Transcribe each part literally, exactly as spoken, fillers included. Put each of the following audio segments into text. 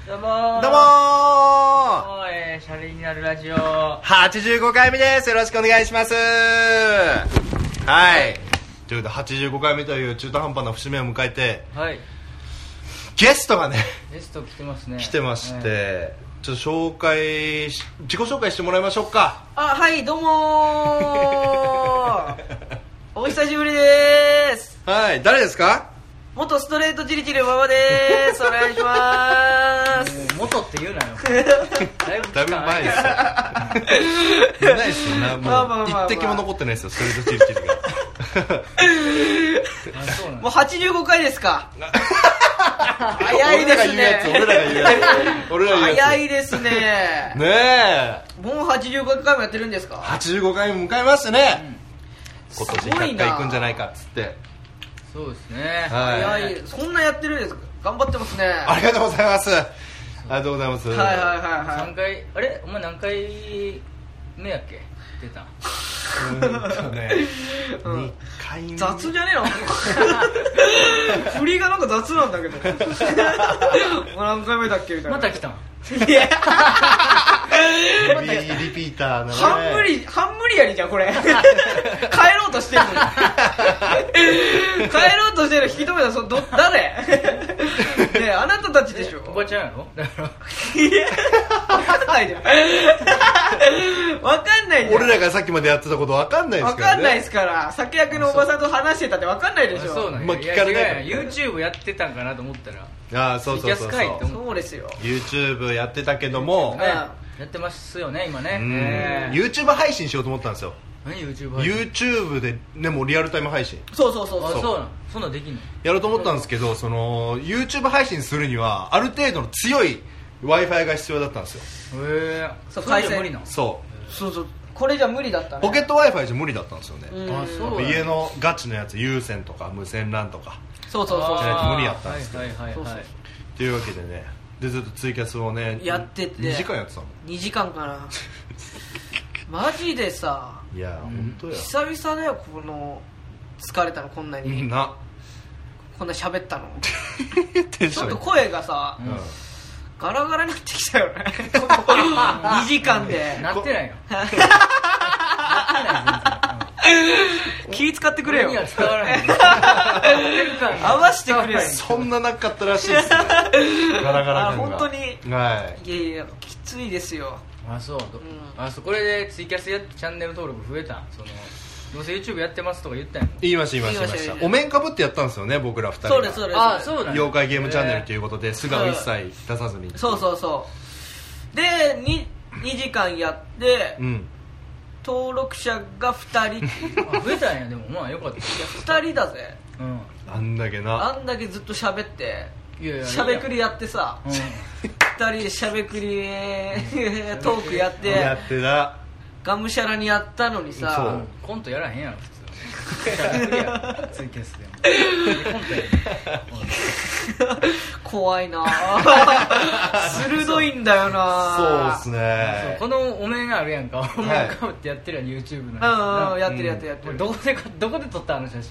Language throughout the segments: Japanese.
どうもーどうもーおーい、シャレになるラジオはちじゅうごかいめです。よろしくお願いします。はい、ということではちじゅうごかいめという中途半端な節目を迎えて、 はい、 ゲストがねゲスト来てますね。 来てまして、 えー、ちょっと紹介し自己紹介してもらいましょうか。 あ、はい、どうもーお久しぶりでーす。 はい、誰ですか？ 元ストレートチリチリ馬場でーす。お願いしまーす。 もう元って言うなよだいぶだいぶ前ですよないですよな、もう、 まあまあまあまあ、 一滴も残ってないですよ、ストレートチリチリがあ、そうなんもうはちじゅうごかいですか早いですね。 俺らが言うやつ俺らが言うやつ早いですね。 ねえ、 もうはちじゅうごかいもやってるんですか？ はちじゅうごかいも迎えましたね、うん、今年すごいなひゃっかい行くんじゃないかっつって。 そうですね、 はい、 早い。そんなやってるんですか？頑張ってますね。 ありがとうございます。ありがとうございます。 はいはいはいはい。 さんかい、あれお前何回目やっけ出たん？ うんとね、 うんにかいめ。 雑じゃねえの振りがなんか雑なんだけど何回目だっけみたいな。 また来たん？ いやリリピーターなね。 半無理、半無理やりじゃんこれ帰ろうとしてるのに帰ろうとしてる引き止めたそど誰ねえ、あなたたちでしょ。 おばちゃんやろだからいや分かんないじゃん分かんないじゃん。 俺らがさっきまでやってたこと分かんないです分からね。 かんないですから。酒焼けのおばさんと話してたって分かんないでしょ。 そうなんや、 まあ聞かれないいや違うやん YouTube やってたんかなと思ったらああ、そうそうそうそう、 ツイキャスかいって思そうですよ。 YouTube やってたけども、 ね、やってますよね今ね。 うん、 えー YouTube 配信しようと思ったんですよ。 何 YouTube 配信 YouTube でね、もうリアルタイム配信そうそうそうそう。 あ、そうなんそんなんできんの？ やろうと思ったんですけど、その YouTube 配信するにはある程度の強い Wi-Fi が必要だったんですよ。 へえ、 そうそれじゃ無理なの？ そそうそう、これじゃ無理だったう、 ね。 ポケット Wi-Fi じゃ無理だったんですよね。 うんあ、そうなんや家のガチのやつ、有線とか無線 ラン とかそうそうそうじゃないと無理やったんですけど、 はいはいはい、 そうそうはい、 というわけでね、でずっとツイキャスをねやっててにじかんやってたの。 にじかんかなマジでさ、 いや本当や、 久々だよこの疲れたの。こんなになこんな喋ったのテンションちょっと声がさ、 うんガラガラになってきたよねにじかんでなってないよ気使ってくれよ俺には伝わらない合わしてくれよそんななかったらしいですねガラガラ感が。 あ本当に。 はいいやいやきついですよ。 あ、そう、どんあ、そう、これでツイキャスやってチャンネル登録増えたん？そのどうせ YouTube やってますとか言ったんやん。 言いました言いました言いました。お面かぶってやったんですよね、僕らふたりが。 そうですそうです。 あ、そうなんや。 妖怪ゲームチャンネルということで素顔一切出さずに。 そうそうそうで に, にじかんやって、 うん、 登録者がふたりあ、増えたんや。でもまあよかった。 ふたりだぜ。 うんあんだけな。 あんだけずっと喋っていやいやしゃべくりやってさ、 うんふたりでしゃべくりトークやってやってな。 がむしゃらにやったのにそうさ、 コントやらへんやろ普通ツイキャスでもコントやる怖いな鋭いんだよな。 そうっすね。 このお面あるやんか、お面かぶってやってるやん YouTube のうんうん、やってるややってるやってる。 どこでどこで撮ったあの写真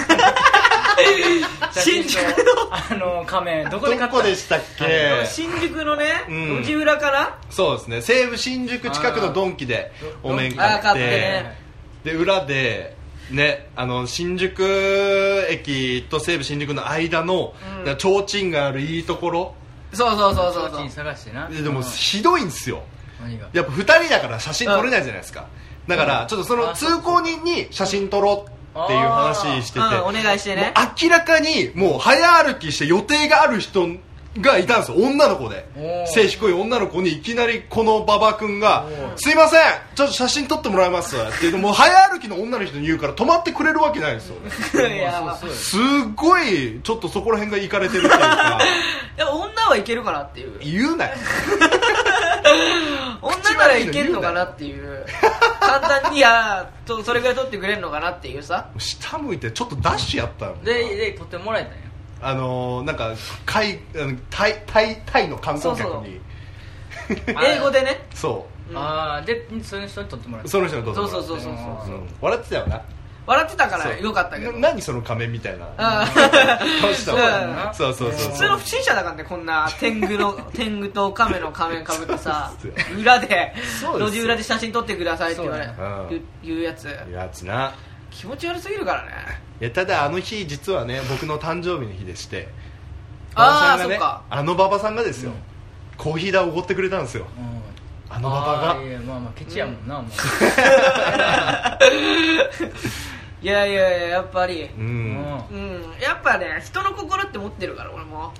新宿のあの仮面どこで買ったどこでしたっけ？ 新宿のね、 うん路地裏かな。 そうですね、西武新宿近くのドンキでお面買あー買っっててね、 で裏でね、あの新宿駅と西武新宿の間のうん提灯があるいいところそうそうそうそうそう提灯探してな。 ででもうんひどいんですよ。 何がやっぱふたりだから写真撮れないじゃないですか。だからちょっとその通行人に写真撮ろうっていう話してて、 うん、お願いしてね。 もう明らかにもう早歩きして予定がある人がいたんですよ、女の子で。 おー背低い女の子にいきなりこの馬場君がおーすいませんちょっと写真撮ってもらえますって言うと、もう早歩きの女の人に言うから止まってくれるわけないんですよねいやそうそうすっごいちょっとそこら辺がいかれてるっていうかいや女はいけるかなっていう言うなよ女ならいけるのかなっていう簡単にいやとそれぐらい撮ってくれるのかなっていうさ。 下向いてちょっっとダッシュやったのでで撮ってもらえたんや。 あのー、なんか海あのタイタイタイの観光客に英語でね。 そああでその人に撮ってもらった。 うその人に撮ってもらってそうそうそうそうそううん笑ってたよな笑ってたからよかったけど、 何その仮面みたいな顔したわ。そうそうそう、 普通の不審者だからね、こんな天狗の天狗と亀の仮面かぶってさ裏で路地裏で写真撮ってくださいって言われる言うやつやつな、 気持ち悪すぎるからね。 いやただあの日実はね僕の誕生日の日でして、 ああ、 馬場さんがね、 そっか、 あの馬場さんがですよ、 うん、 コーヒー代おごってくれたんですよ、うん、あの馬場が。 いやまあまあケチやもんな、うん、もういやいやいや、やっぱりうん、 うん、やっぱね、人の心って持ってるから俺も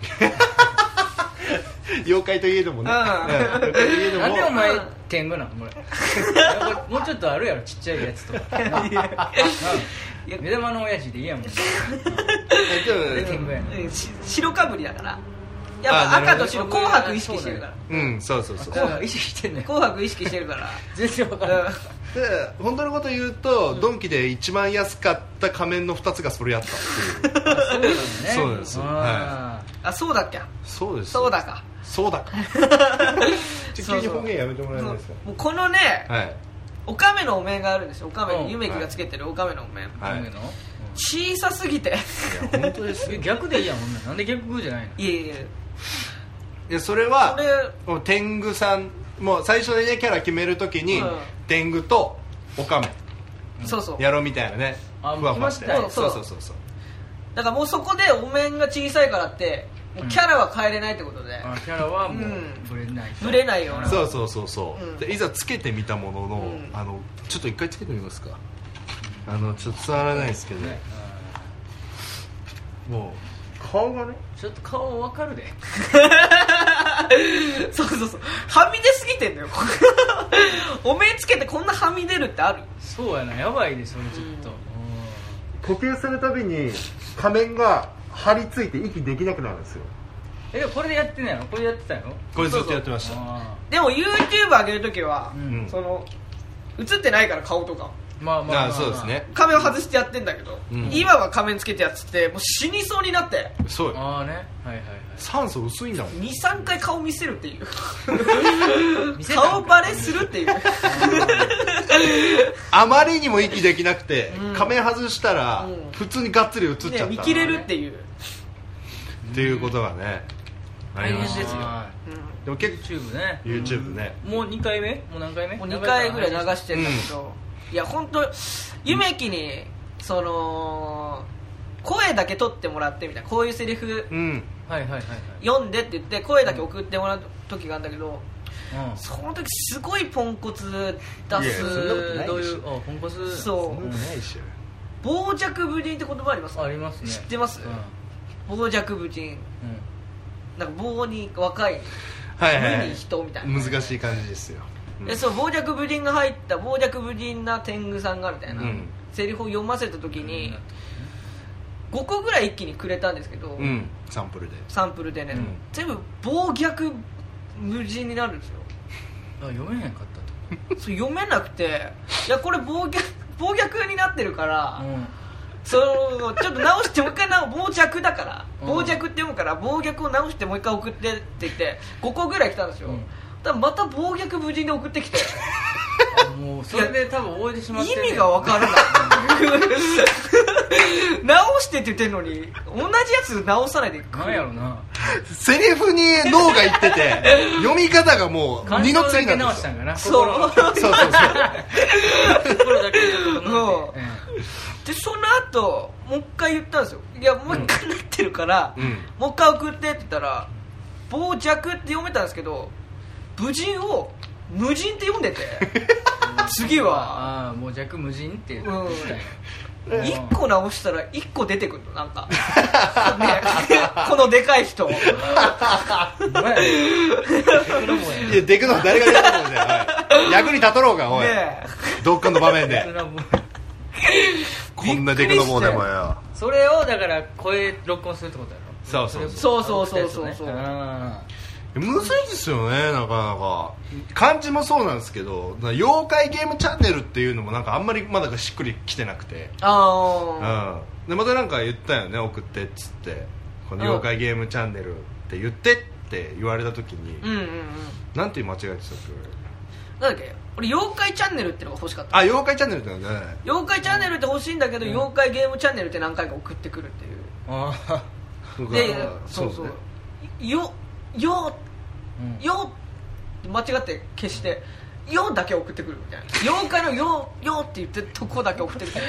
妖怪といえどもね、 うん、 なんでお前天狗なのこれもうちょっとあるやろ、ちっちゃいやつとか目玉の親父でいいやもん。天狗やね、 うん、し白かぶりだからやっぱ赤と白、紅白意識してるから。 うん、そうそうそう、 紅白意識してんねん。 紅白意識してるから全然分からない。 で本当のこと言うと、うん、ドンキで一番安かった仮面のふたつがそれやったっていう。 そうだね。 そうです。 あ、あ、そうだっけ。 そうです。 そうだか。 そうだか。急に方言やめてもらえないですか。 もうこのね、はい、おかめのお面があるんですよ。おかめ、 うん、 ゆめきがつけてるおかめのお面。 はい。 小さすぎて。いや本当ですよ。 逆でいいやん、なんで逆じゃないの。 いやいや。 いやそれはそれ天狗さんもう最初にねキャラ決めるときに、うん、天狗とおかめ、 うん、そうそうやろうみたいなね、 あふわふわして、そうそうそうそう、だからもうそこでお面が小さいからってもうキャラは変えれないってことで、 うん、あキャラはもうブレない、 ブレないような、 そうそうそうそう、うん、でいざつけてみたものの、 うん、 あのちょっと一回つけてみますか、うん、あのちょっと伝わらないですけどね、うん、もう顔がねちょっと顔分かるでそうそうそう、はみ出すぎてんだよお面つけてこんなはみ出るってある。 そうやな、やばいでそれちょっと、 うん、呼吸するたびに仮面が張り付いて息できなくなるんですよ。 え、これでやってないの？これでやってたの？ これずっとやってました。 でも YouTube 上げるときは、うん、その映ってないから顔とかまあまあ、まあまあ、 そうですね、 仮面を外してやってんだけど、うん、今は仮面つけてやつってもう死にそうになって、 そうああね、はいはいはい、 酸素薄いんだもん。 にさん 回顔見せるっていう顔バレするっていうあまりにも息できなくて、うん、仮面外したら、うん、普通にがっつり映っちゃった、ね、 見切れるっていう、 っていうことがね、 大変ですよ。 でも結構 YouTube ね、 YouTube ね、 うん、もうにかいめ？もう何回目？ もうにかいぐらい流してるんだけど、うん、いや本当夢木にその声だけ取ってもらってみたいな、こういうセリフ、 うん、 はいはいはいはい、 読んでって言って声だけ送ってもらう時があるんだけど、 うん、 その時すごいポンコツ出す、 どういうあポンコツ、 そう、傍若無人って言葉ありますか？ ありますね。 知ってます？うん、傍若無人、うん、なんか棒に若い、 はいはいはい、 に人みたいな難しい感じですよ。 でそう傍若無人が入った傍若無人な天狗さんがみたいな、うん、セリフを読ませた時に、うん、ごこぐらい一気にくれたんですけど、 うん、サンプルでサンプルでね、うん、全部傍若無人になるんですよ。 あ、読めへんかったとそう読めなくて、いやこれ傍若傍若になってるから、うん、そうちょっと直してもう一回直傍若だから傍若って読むから傍若を直してもう一回送ってって言ってごこぐらい来たんですよ、うん、だまた傍若無人で送ってきてあ、もうそれで多分覚えてしまってる、 意味が分からない直してって言ってるのに同じやつ直さないで何やろな、 セリフに脳がいってて読み方がもう二の次なんですよ。 そうそうそうそう心だけちょっともう、うん、でその後もう一回言ったんですよ。いやもう一回なってるから、うん、もう一回送ってって言ったら傍若って読めたんですけど無人を無人って読んでて次はあもう弱無人って言って、 うん、いっこ直したらいっこ出てくるのなんか、ね、このでかい人いやデクノ誰が出たのじゃ役に立とろうがおい、ね、どっかの場面でこんなデクノボーでもよ。 それをだから声録音するってことやろ。 そうそうそうそうそうそうそう、 むずいですよね、なかなか。漢字もそうなんですけど、妖怪ゲームチャンネルっていうのもなんかあんまりまだしっくりきてなくて、 あ、 うん、でまたなんか言ったよね、送ってっつって、この妖怪ゲームチャンネルって言ってって言われた時に、 うんうんうん、 なんて間違えてたっなんだっけ俺妖怪チャンネルってのが欲しかった。 あ、妖怪チャンネルってのね、 妖怪チャンネルって欲しいんだけど、うん、妖怪ゲームチャンネルって何回か送ってくるっていう。 ああでそうそう、ね、よよ、うん、よ間違って消してよだけ送ってくるみたいな。妖怪のよよって言ってるとこだけ送ってくる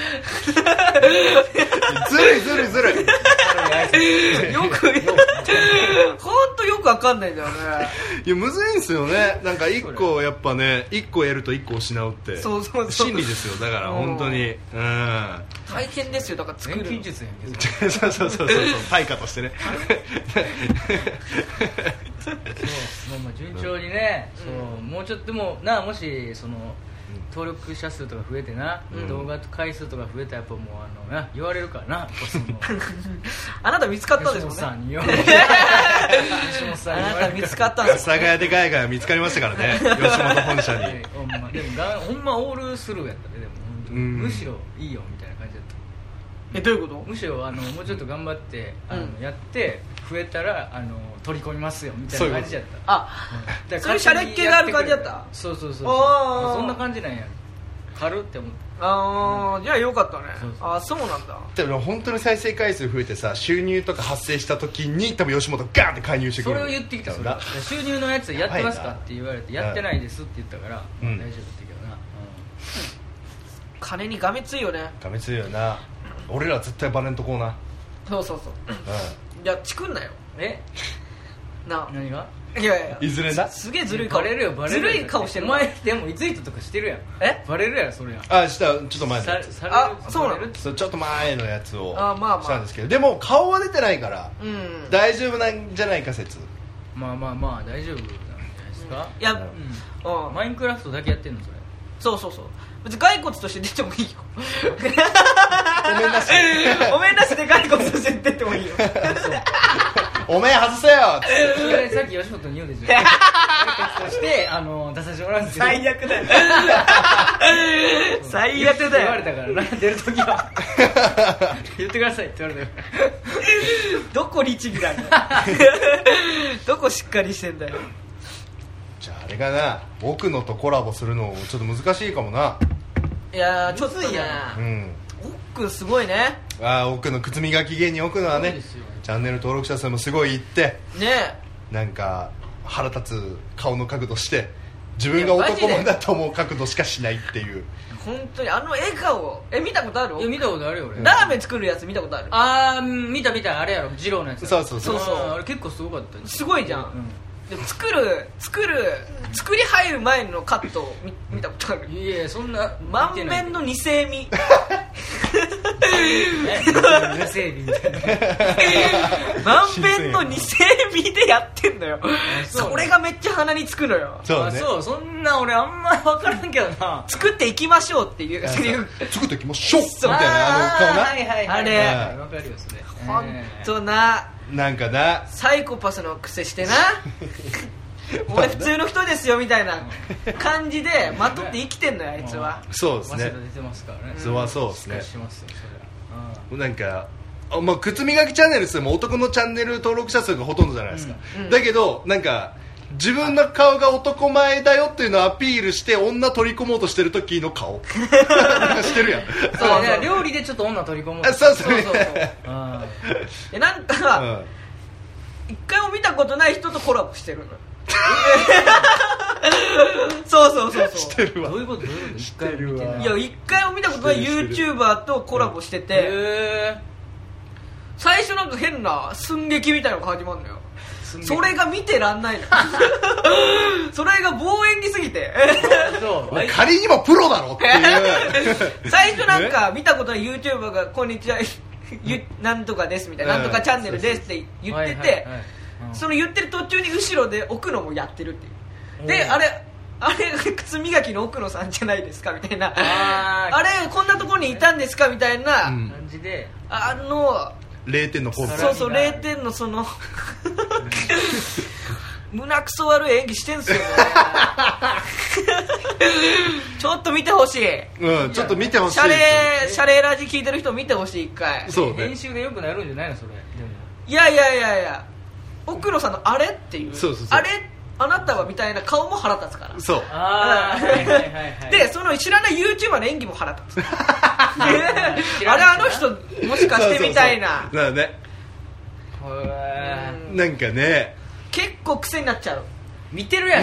ずるいずるいずるいよく本当よくわかんないんだよね。 いやむずいんですよね。なんか一個やっぱね、一個やると一個失うってそうそうそう真理ですよ。だから本当に、うん、 大変ですよ。だから作る錬金術やんけそうそうそうそう対価としてねそうまあまあ順調にね、うん、そうもうちょっとでもな、もしその登録者数とか増えてな、うん、動画回数とか増えたらやっぱもうあのな言われるからなそのあなた見つかったんですもんね。 吉本さんに言われあなた見つかったんですよ、ね、阿佐ヶ谷でガヤガヤ見つかりましたからね吉本本社に、はい、 ほんまでもほんまオールスルーやったね。でも本当に、うん、むしろいいよみたいな感じだった。 えどういうこと？ むしろあのもうちょっと頑張ってあの、うん、やって増えたらあの取り込みますよみたいな感じだった。 あ、うん、それシャレっ気がある感じだった。 そうそうそうそう、そんな感じなんや。軽って思った。 ああ、うん、じゃあよかったね。そうそう、あ、そうなんだ。 でも本当に再生回数増えてさ、収入とか発生した時に多分吉本ガーンって介入してくる。 それを言ってきた。それ収入のやつやってますかって言われて、やってないですって言ったから、うん、大丈夫って言うけどな、うん、 金にがめついよね。 がめついよな。俺ら絶対バレんとこうな。 そうそうそう、うん、いやチクんなよ。えなあ何が？ いやいやいずれな。 すげえずるい顔。 バレるよバレるよ。 ずるい顔してる。 お前でもいついたとかしてるやん。えバレるやろそれやん。 あ、したちょっと前のやつ。 あ、そうなの。 そうちょっと前のやつをあ、まあまあ、 したんですけど、でも顔は出てないから、うん、大丈夫なんじゃないか説。 まあまあまあ大丈夫なんじゃないですか。 いや、 うんうん、マインクラフトだけやってんのそれ。 そうそうそう。別に骸骨として出てもいいよ。 お面なしお面なしで骸骨として出てもいいよ。 お面外せよってさっき吉本に言うんですよ。骸骨としてあの出させてもらうんですけど、 最悪だよ。最悪だよ。 言われたからな、出るときは言ってくださいって言われたから。 どこ律儀なんだよ。どこしっかりしてんだよ。 じゃああれかな、奥野とコラボするのちょっと難しいかもな。 いやーちょっといや、うん、奥すごいね。 ああ、奥野靴磨き芸人奥野はね、チャンネル登録者数もすごいいってね、なんか腹立つ顔の角度して自分が男のだと思う角度しかしないっていう。 本当にあの笑顔、え見たことある？ いや見たことあるよ俺。 ラーメン作るやつ見たことある？ あー見た見た、あれやろ、二郎のやつ。 そうそうそうそうそう、 あれ結構すごかった、ね、 すごいじゃん、うん、で作る作る作り入る前のカットを 見, 見たことある？ いやそんな満面の偽身偽整備みたいな。 満面の偽身でやってんのよ。それがめっちゃ鼻につくのよ。 そうね。 そう、そんな俺あんま分からんけどな。 作っていきましょうっていうセリフ。作っていきましょうみたいなあの顔な。 はいはいはい、あれ分かるよそれ。 ほんとな、 なんかな、 サイコパスの癖してな。俺普通の人ですよみたいな感じでまとって生きてんのよあいつは。 そうですね。 出てますからね。 それはそうですね。 しますよそれは。 なんかまあ靴磨きチャンネルっても男のチャンネル登録者数がほとんどじゃないですか、うんうん、だけどなんか自分の顔が男前だよっていうのをアピールして女取り込もうとしてる時の顔してるやん。 そうね、料理でちょっと女取り込もうと。 そうそうそうそう。 でなんか一回も見たことない人とコラボしてるの。そうそうそうそう。 してるわ。 どういうこと？どういうこと？ 知ってるわ。 いや一回も見たことない YouTuber とコラボしてて、へー、最初なんか変な寸劇みたいなのが始まるのよ。それが見てらんないの。それが望遠にすぎて。 仮にもプロだろっていう。 最初なんか見たことない YouTuber がこんにちはなんとかですみたいな、なんとかチャンネルですって言ってて、その言ってる途中に後ろで奥野もやってるっていう。であれあれ靴磨きの奥野さんじゃないですかみたいな、あ, あれこんなところにいたんですかみたいな感じで、あのれいてんのフォーク、 そうそうれいてんのその胸くそ悪い演技してんすよね。ちょっと見てほしい。 うん、ちょっと見てほしい。 シャレシャレラジ聞いてる人見てほしい一回。 そうね。 編集でよくなるんじゃないのそれ。でもいやいやいやいや、奥野さんのあれっていう、 そうそうそう、 あれあなたはみたいな顔も腹立つから。 そうあー、はいはいはいはい、 でその知らない YouTuber の演技も腹立つあれあの人もしかしてみたいな。 そうそうそうだからね、 うんなんかね結構癖になっちゃう。 見てるやん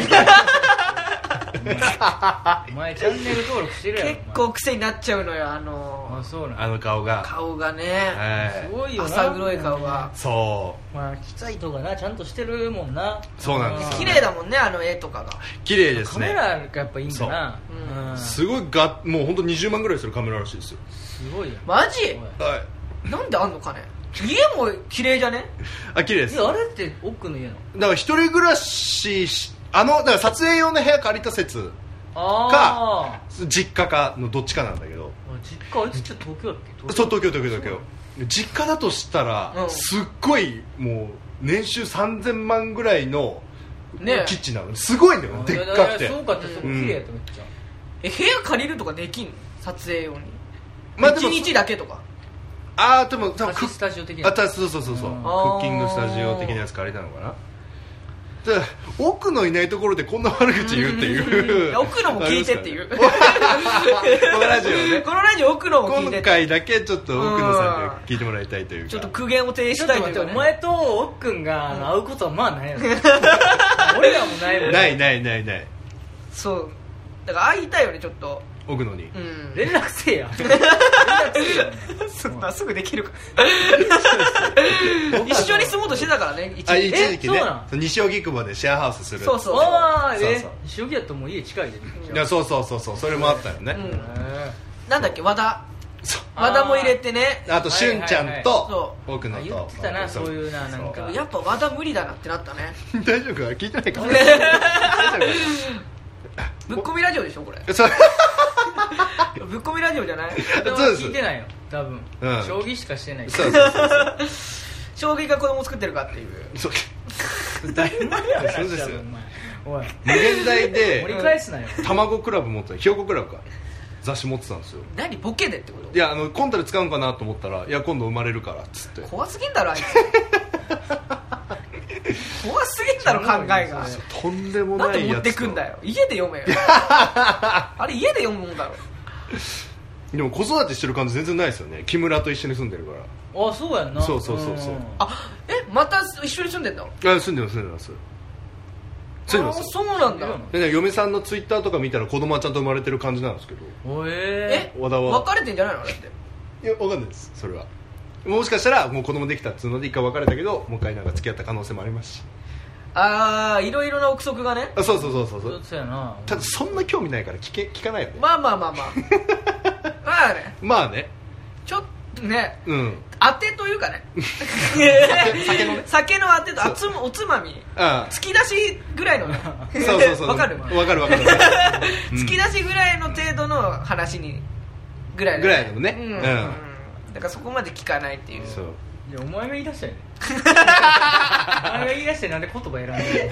お前チャンネル登録してるやん。 結構癖になっちゃうのよ、あのあそうなんあの顔が顔がね、 はいすごいよな。 浅黒い顔がそうまあキツいとかなちゃんとしてるもんな。 そうなんですよ綺麗だもんね、あの絵とかが。 綺麗ですね。 カメラがやっぱいいんだな。 そううんすごいがもう本当にじゅうまんぐらいするカメラらしいですよ。 すごいよ。 マジはいなんであんのかね。家も綺麗じゃね。 あ綺麗です。 いやあれって奥の家なの？ だから一人暮らししあのだから撮影用の部屋借りた説あか実家かのどっちかなんだけど。 あ実家あいつって東京だっけ？ そう東京東京東京。実家だとしたら、 うんすっごいもう年収さんぜんまんぐらいのねキッチンなの。すごいんだよでっかくて。 そうかってそこ綺麗やっためっちゃ。 え部屋借りるとかできんの？撮影用に。 まあでも一日だけとか。 ああでも多分貸しスタジオ的な。 あたそうそうそうそう、 うんクッキングスタジオ的なやつ借りたのかな。だから奥のいないところでこんな悪口言うっていう、 いや奥のも聞いてっていうこのラジオねこのラジオ奥のも聞いてって。 今回だけちょっと奥野さんに聞いてもらいたいというか、 ちょっと苦言を呈ちょっと待って、 したいというか、ね、 お前と奥くんがあの会うことはまあないやろ俺らもないもん。 ないないないないそうだから会いたいよねちょっと。 奥野に、 うん連絡せえや連絡せえやそんなすぐできるか一緒に住もうとしてたからね一あ時一時期ねそうなの西荻窪でシェアハウスする。 そうそうああえそうそう西荻やともう家近いで。 いやそうそうそうそうそれもあったよね、 うんへなんだっけ和田そう和田も入れてね。 あとしゅんちゃんとそ奥野と言ってたなそういうななんかやっぱ和田無理だなってなったね大丈夫か聞いてないかぶっ込みラジオでしょこれ。 そうぶっ込みラジオじゃない。 そうです聞いてないよ多分、 うん将棋しかしてないそうそうそう将棋が子供作ってるかっていう。 そうだいぶ前やそうですよお前おい無限大で盛り返すなよ卵クラブ持ってたひよこクラブか雑誌持ってたんですよ。 何ボケでってこと。 いやあのコントで使うんかなと思ったらいや今度生まれるからっつって怖すぎんだろあいつ怖すぎんだろ考えが。 とんでもなんないやつとで持ってくんだよ家で読めよあれ家で読むもんだろ。 でも子育てしてる感じ全然ないですよね。木村と一緒に住んでるからあそうやんなそうそうそうそうんあえまた一緒に住んでんの。 あ住んでます住んでます住んでますあそうなんだ。 でね嫁さんのツイッターとか見たら子供はちゃんと生まれてる感じなんですけどおええ和田は別れてんじゃないのあれって。 いやわかんないですそれは。もしかしたらもう子供できたっつうので一回別れたけどもう一回なんか付き合った可能性もありますし。 ああいろいろな憶測がね。 あそうそうそうそうそそううそうやなただそんな興味ないから聞け聞かないよね。 まあまあまあまあまあねまあねちょっとねうん当てというかね酒のね酒の当てとあつおつまみあ突き出しぐらいのねそうそうそうわかるわかるわかるうん突き出しぐらいの程度の話にぐらいぐらいのねうん、 うんだからそこまで聞かないっていう。 そういやお前が言い出したよねお前が言い出してなんで言葉選んで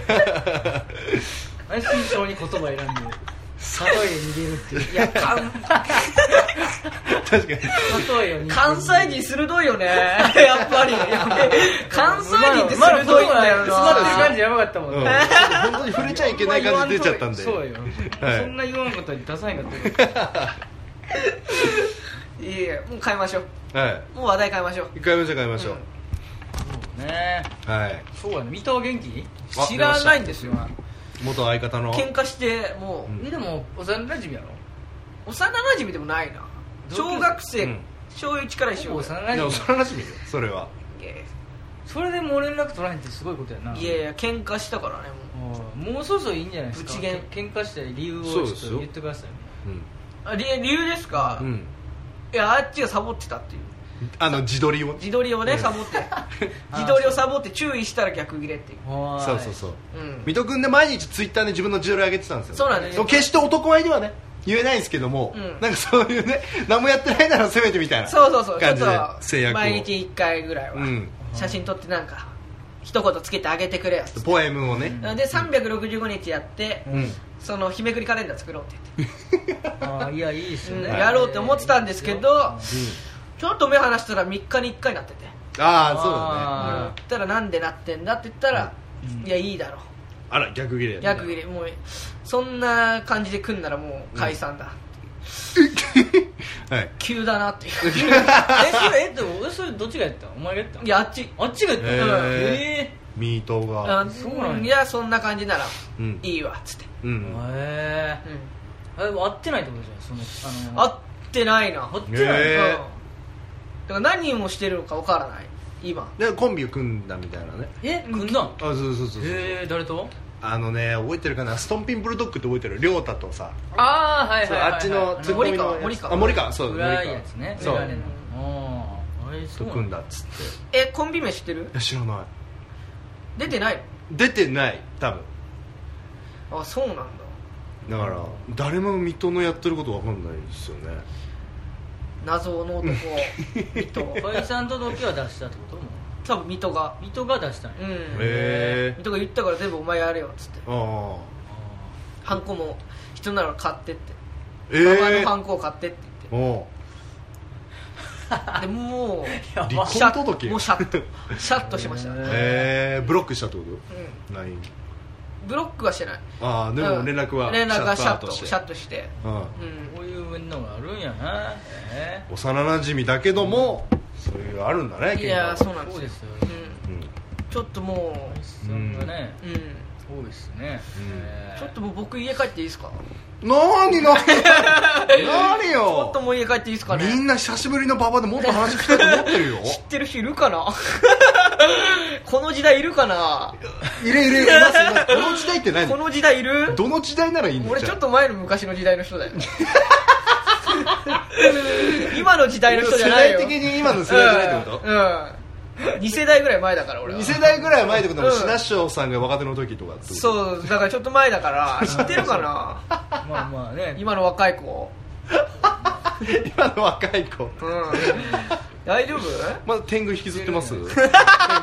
何慎重に言葉選んで例えで逃げるっていう。 いやかん確かに例えを関西人鋭いよねやっぱり関西人って鋭いんだよな。 詰まってる感じやばかったもんね、 うん、本当に触れちゃいけない感じ出ちゃったんでそうよ、 はい、 そんな言わんかったら出さへんかったいやいやもう変えましょう。 はいもう話題変えましょう。 変えましょう変えましょう、 うん、ねはいそうやね。水戸は元気？ あ知らないんですよ。 元相方の喧嘩してもう、 うんえでも幼馴染やろ？ 幼馴染でもないな。小学生、 うん小いちから一緒幼ぐらい。 いや馴染幼馴染よそれは。 それでもう連絡取らへんってすごいことやな。 いやいや喧嘩したからねもう。 もうもうそろそろいいんじゃないですか。 ぶちげん喧嘩した理由をちょっとそうですよ言ってください。 あ理理由ですか、 うん、うん、 いやあっちがサボってたっていう。 あの自撮りを自撮りをね、 うんサボって自撮りをサボって注意したら逆ギレっていう。 そうそうそう、 うん水戸君で毎日ツイッターで自分の自撮り上げてたんですよ。 そうなんですよ決して男前ではね言えないんですけども、 うんなんかそういうね何もやってないならせめてみたいなそうそうそうちょっ感じでと制約を毎日いっかいぐらいはうん写真撮ってなんか一言つけてあげてくれよっつってポエムをね、 でさんびゃくろくじゅうごにちやって、 うんその日めくりカレンダー作ろうって言って、 ああいやいいですよね、 うんやろうって思ってたんですけど、ちょっと目離したらみっかにいっかいになってて、 ああそうだねうん、 あ言ったらなんでなってんだって言ったら、 うんいやいいだろあら逆ギレやね逆ギレもうそんな感じで組んだらもう解散だ、 はい急だなっていうえそれえっとそれどっちがやったお前がやったいやあっちあっちがやったへーえミートがあそうなんやいやそんな感じならうんいいわっつって、 うんーへうんえ合ってないってことじゃんそのあの合ってないな、 合ってないへーうんだから何をしてるのかわからない今でコンビを組んだみたいなねえ組んだんあそうそうそうそうへえ誰とあのね覚えてるかなストンピンブルドッグって覚えてる亮太とさああはいそうはいはいはいあっちのツッコミの森川あ森川そう森川暗いやつねそうメガネのあああれそうなんだと組んだっつっていえコンビ名知ってるや知らない出てない出てない多分のあそうなんだだから誰も水戸のやってることわかんないですよね謎の男水戸解散届は出したってことも多分水戸が水戸が出したんやうんへ水戸が言ったから全部お前やれよっつってえあハンコも人なら買ってってあえ馬場のえハンコを買ってっておお言ってでもうやば離シャッ婚届もうシャッとシャッとしました、 へうん、 えー、ブロックしたってこうんと ラインブロックはしてないああでも連絡は連絡はシャッとアウトしてシャッとしてうんうんこういうのがあるんやなへ幼なじみだけどもそういうのあるんだねいやーそうなんですよそうですようんうんちょっともそんなねう、うん、 多いですねうんへーちょっともう僕家帰っていいですかなーにな何ちょよっともう家帰っていいですかねみんな久しぶりの馬場でもっと話聞きたいと思ってるよ知ってる人いるかなこの時代いるかないるいるいますいますこの時代って何この時代いるどの時代ならいいんだ俺ちょっと前の昔の時代の人だよ今の時代の人じゃないよ世代的に今の世代じゃないってことうん、うんに世代ぐらい前だから俺はに世代ぐらい前ってこともうんシナッショーさんが若手の時とかってことそうだからちょっと前だから知ってるかなまあまあね今の若い子今の若い子うん大丈夫まだ天狗引きずってます天狗の設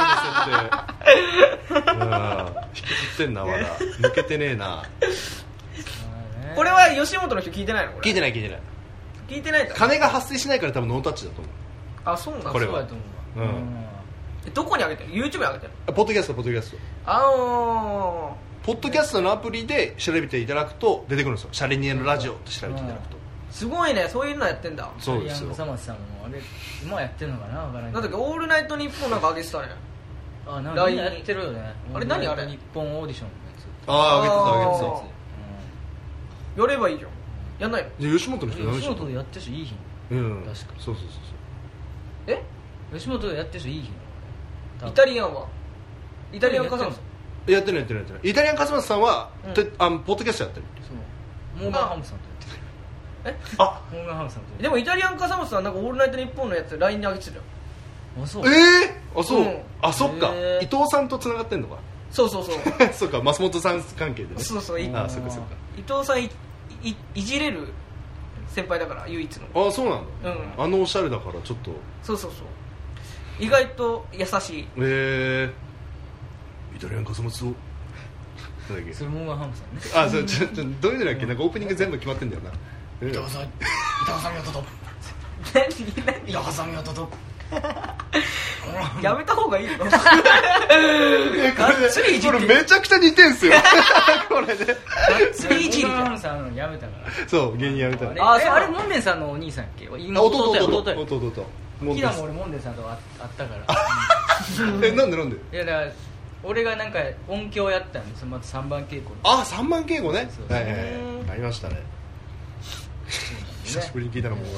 定うん引きずってんなまだ抜けてねえなこれは吉本の人聞いてないのこれ聞いてない聞いてない聞いてないか金が発生しないから多分ノータッチだと思あそうなんだこれはそうやと思うわうんえどこに上げてる YouTube に上げてるうポッドキャストポッドキャストあのポッドキャストのアプリで調べていただくと出てくるんですよシャレニエのラジオって調べていただくとーすごいねそういうのやってんだそうですよ笠松さんもあれ今やってるのかなわからんけどなんだっけオールナイトニッポンなんか上げてたねあなんかみんなやってるよねあれ何あれ日本オーディションのやつあああげてたあげてたあやればいいじゃんやんないのじゃあ吉本の人何でしょ吉本でやってる人いい日うん確かにそうそうそうえ吉本でやってる人いい日イタリアンはイタリアン笠松そうやってないやってないやってないイタリアン笠松さんは、 うんてあポッドキャストやってるそうモーガンハムさんとやってるえあモーガンハムさんとやってでもイタリアン笠松さんなんかオールナイトニッポンのやつ ライン に上げてたじゃんるあそうええー、あそう、 うんあそっかへー伊藤さんとつながってんのかそうそうそうそうか松本さん関係でねそうそういあそっかそっか伊藤さんいいいじれる先輩だから唯一のあそうなんだ、 うんあのおしゃれだからちょっとそうそうそう意外と優しいえー、イタリアン笠松をなんだっけそれモーガンハムさんねあそうちょちょどういうのだっけなんかオープニング全部決まってんだよなうん板挟み板挟みをとと何板挟みをとと何やめた方がいいよえこがっつりいれじってこれめちゃくちゃ似てんすよこれねがっつりいじりモーガンハじゃんムさんやめたからそう芸人やめたあれらあそうえあれモンデンさんのお兄さんやっけあ今弟弟や弟弟や弟弟もうキラも俺モンデンさんと会ったからえなんでなんでいやだから俺がなんか音響やったんですまたさんばん稽古のあ三番敬語ねそうはいはいはいうんありましたね久しぶりに聞いたのも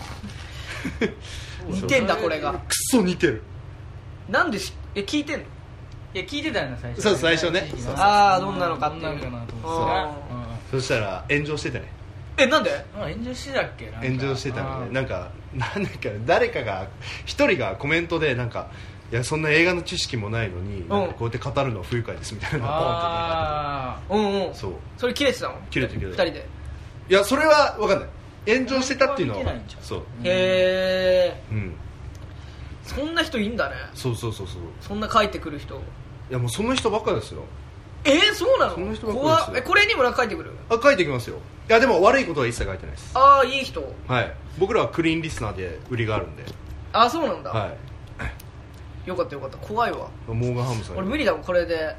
似てんだこれがクソ似てるなんでしえ聞いてんのいや聞いてたよな最初そう最初ね一時期そうああどんなのかっていうどんなのかなと思あってそしたら炎上してたねえなんでたな炎上してたっけなんか炎上してたのあーねなんかなんだっけ誰かが一人がコメントでなんかいやそんな映画の知識もないのに、なんかこうやって語るのは不愉快ですみたいなのがポンってあうんうんそうそれ切れてたの切れてる切れてる二人でいやそれは分かんない炎上してたっていうのは見てないんちゃうそうへえうんそんな人いいんだねそうそうそうそうそんな書いてくる人いやもうその人ばっかですよえー、そうなのそんな人ばっかりですよ怖っえこれにもなんか書いてくるあ書いてきますよいやでも悪いことは一切書いてないですああいい人はい僕らはクリーンリスナーで売りがあるんでああそうなんだ、 はよかったよかった怖いわいモーガンハムさん俺無理だもんこれで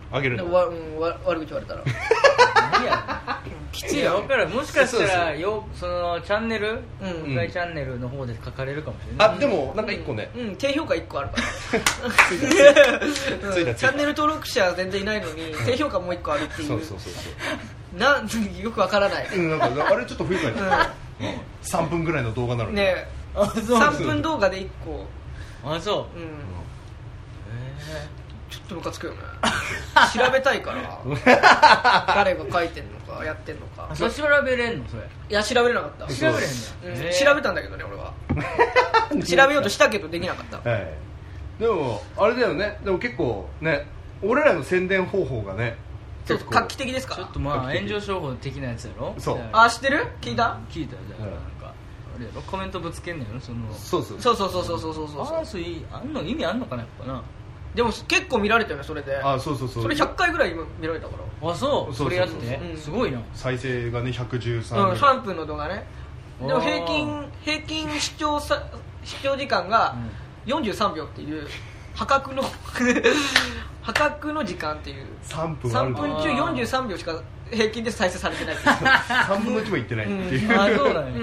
あげるのわ、うん、わ悪口言われたら何やきついよ。分からん、もしかしたらよそのチャンネル、うん、向井チャンネルの方で書かれるかもしれない。 あ、でもなんかいっこね、 うん、低評価いっこあるからついたついたついたチャンネル登録者全然いないのに低評価もういっこあるっていう。 そうそうそうそうなよくわからない、 うん、なんかあれちょっと不愉快だ、うん、さんぷんぐらいの動画なのにね。あ、そうさんぷん動画でいっこ。 あ、そう、 うん、へえ、ちょっとムカつくよね調べたいから誰が書いてんのかやってんのか。 そう調べれんのそれ。 いや、調べれなかった。 調べれんの、 うん、調べたんだけどね俺は調べようとしたけどできなかった、 はい、でもあれだよね。でも結構ね、俺らの宣伝方法がね、 そう画期的ですか。 ちょっとまあ炎上商法的なやつやろ。 そう。 あ、知ってる？聞いた？ 聞いたよ。じゃあなんかあれやろ、コメントぶつけんねんよその。 そうそうそうそうそうそうそうそうそう。 ああ、そういあんの意味あんのかなやっぱな。 でも結構見られてるねそれで。 あ、そうそうそう。 それひゃっかいぐらい見られたから。 あ、そう。それやって、うん、すごいな。 再生がねひゃくじゅうさん。 うん、さんぷんの動画ね。でも平均平均視聴さ視聴時間がよんじゅうさんびょうっていう破格の破格の時間っていう。 さんぷんさんぷん中よんじゅうさんびょうしか平均で再生されてないっていうさんぶんのいちもいってないっていう、 うん、 あ、そうだね、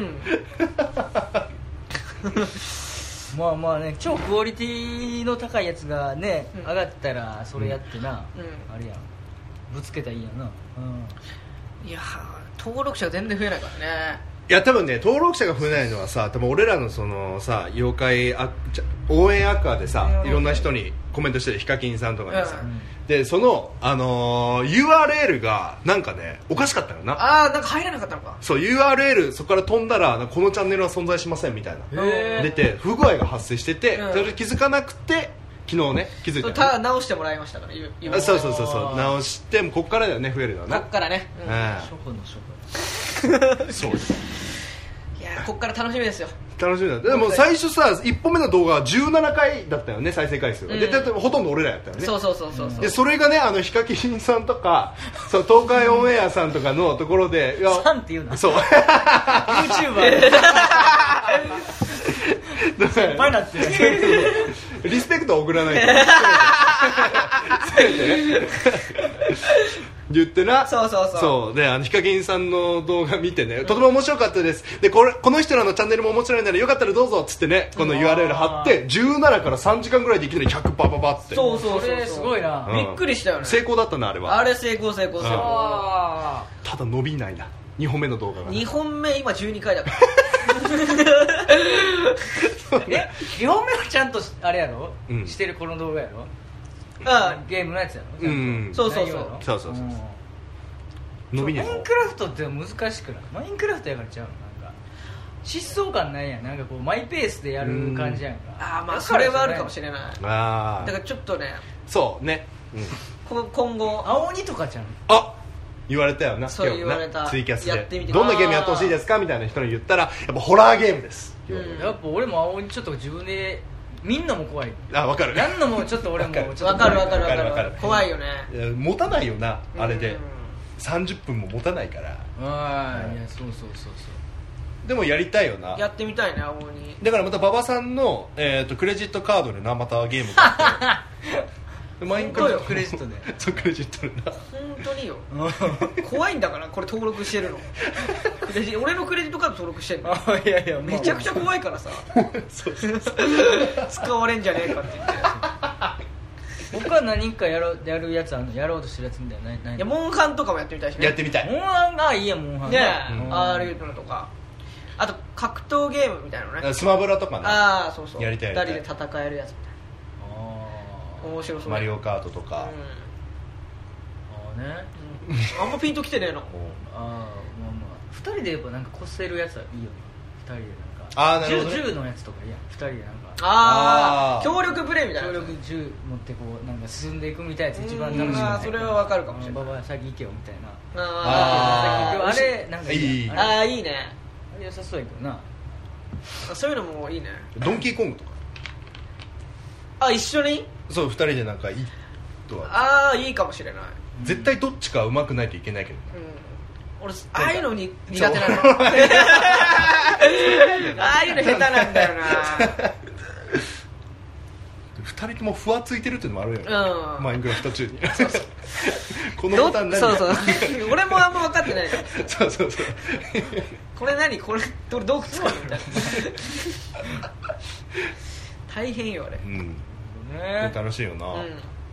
うん、まあまあね、超クオリティの高いやつがね、うん、上がったらそれやってな、うん、あれやんぶつけたらいいやな、 うん、いや登録者が全然増えないからね。 いや多分ね、登録者が増えないのはさ、多分俺らのそのさ妖怪あ応援アッカーでさ、いろんな人にコメントしてるヒカキンさんとかにさ、うん、でその、あのー、ユーアールエル がなんかねおかしかったよな。 ああ、なんか入らなかったのか。 そう ユーアールエル そこから飛んだらこのチャンネルは存在しませんみたいな出て不具合が発生してて、うん、それ気づかなくて昨日ね気づいた、ね、 ただ直してもらいましたから。 あ、そうそうそうそう、直してもこっからだよね増えるのはね。 こっからね、 うん、 初歩の初歩そうです。 いやこっから楽しみですよ。 楽しみだ。でも最初さいっぽんめの動画はじゅうななかいだったよね再生回数が、うん、でほとんど俺らやったよね。 そうそうそうそう、うん、 でそれがねあのヒカキンさんとかそう東海オンエアさんとかのところでさんっていうのそう YouTuber 先輩なってるリスペクトを送らないとせめてね言ってな。 そうそうそう。 そうであのヒカキンさんの動画見てね、とても面白かったです。でこれこの人らのチャンネルも面白いならよかったらどうぞっつってね、この ユーアールエル 貼ってじゅうななからさんじかんぐらいでいきなりひゃくパパパって。 そうそうそう、 それすごいな、 うん、びっくりしたよね。 成功だったなあれは。 あれ成功成功成功、うん、 ただ伸びないなにほんめの動画が。 にほんめ今じゅうにかいだからえにほんめはちゃんとあれやろ、うん、してるこの動画やろ。あゲームのやつやろ、うん、 そうそうそうそうそうそう、伸びない。 マインクラフトって難しくない？マインクラフトやからちゃうの、なんか疾走感ないやん、なんかこうマイペースでやる感じやんか。 ああ、まあそれはあるかもしれない。 ああ、 だからちょっとね、 そうね、うん、 今後青鬼とかちゃん、 あ言われたよな。 そう言われた。 ツイキャスでやってみてどんなゲームやってほしいですかみたいな人に言ったらやっぱホラーゲームです、 うん、やっぱ俺も青鬼ちょっと自分で見んのも怖い。 あ、分かる。 やんのもちょっと俺もちょっと分かる分かる分かる。怖いよね。 持たないよなあれで、さんじゅっぷんも持たないから。 ああ、いやそうそうそうそう。 でもやりたいよな。 やってみたいね青鬼。 だからまた馬場さんの、えー、とクレジットカードでなまたゲーム買ってマインクラフトクレジットでそうクレジットでな。 本当によ怖いんだからこれ登録してるのクレジ俺のクレジットカード登録してるの。 あいやいやめちゃくちゃ怖いからさそうそうそう使われんじゃねえかって言って僕は何かやろやるやつあるの、やろうとしてるやつみたいなないない。 いやモンハンとかもやってみたいしね。 やってみたい。 モンハンがいいやモンハンねえ、うん、ああいうのとかあと格闘ゲームみたいなのね。 スマブラとかね。 ああそうそう、 やりたいやりたい。 ふたりで戦えるやつみたいな。面白そう。 マリオカートとか、うん、 ああね、 うん、あんまピンときてねえのああ、まあまあふたりでやっぱなんかこせるやつはいいよね。ふたりでなんかあなるほど、ね、 銃のやつとかいいやん。ふたりでなんかああ協力プレイみたいな。 協力銃持ってこうなんか進んでいくみたいなやつ一番楽しい。 あそれはわかるかもしれない。 ババ先行けよみたいな。 あああれなんかいい。 ああいいね。 あれ良さそうやけどな。 そういうのもいいね。 ドンキーコングとかあ一緒にそうふたりでなんかいいとは。 ああいいかもしれない。 絶対どっちか上手くないといけないけど、 うん、俺ああいうのに苦手なのああいうの下手なんだよなふたりともふわついてるっていうのもあるよね、 うん、 マインクラフト中にそうそうこのボタン何そうそう俺もあんま分かってないそうそうそうこれ何これどれどう使うのみたいな大変よあれ、 うんね楽しいよな、 うん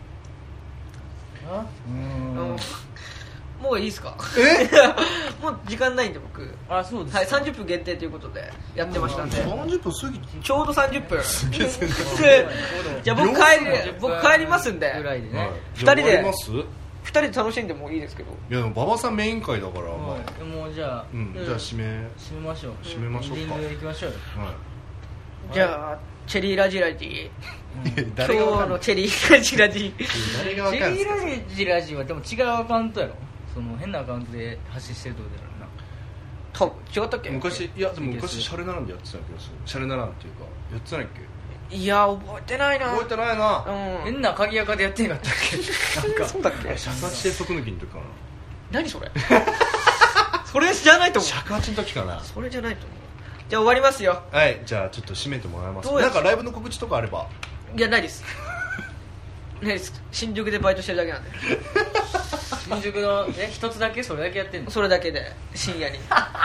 うんうんもういいですかえもう時間ないんで僕あそうですはい、さんじゅっぷん限定ということでやってましたんで、 さんじゅっぷん過ぎてちょうどさんじゅっぷんげえ先じゃあ僕帰り僕帰りますんでぐらいでね、 はいふたりでじゃあ終わりますふたりで楽しんでもいいですけどいやでも馬場さんメイン会だから、まあはいもうじゃあ、 うんうんじゃあ締め締めましょう締めましょうかエンディングいきましょうよはじゃあチェリーラジラジい今誰がわかんない日のチェリーラジラジ誰がわチかんないェリーラジラジはでも違うアカウントやろその変なアカウントで発信してるってことやろな多分違ったっけ昔いやでも昔シャレならんでやってたんやけどシャレならんっていうかやってたんやっけいや覚えてないな覚えてないなうん変な鍵垢でやってんかったっけなんかそうだっけ尺八で即抜きの時かな何それそれじゃないと思う尺八の時かなそれじゃないと思うじゃあ終わりますよはいじゃあちょっと締めてもらいますどうやなんかライブの告知とかあればいやないですないです新宿でバイトしてるだけなんで新宿のえ一つだけそれだけやってんのそれだけで深夜に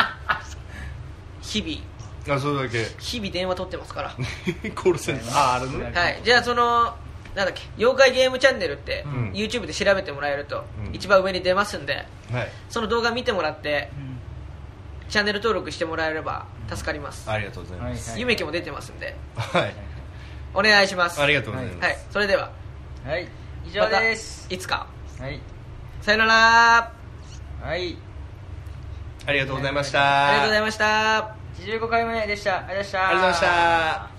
日々 あそれだけ日々電話取ってますからコールセンターああれねはいじゃあそのなんだっけ妖怪ゲームチャンネルって、 うん YouTube で調べてもらえると、 うん一番上に出ますんではいその動画見てもらってうんチャンネル登録してもらえれば助かります、 ありがとうございますはいゆめきも出てますんではいお願いしますありがとうございますはいそれでははい以上ですまたいつかはいさよならはいありがとうございましたありがとうございましたはちじゅうごかいめでしたありがとうございましたありがとうございました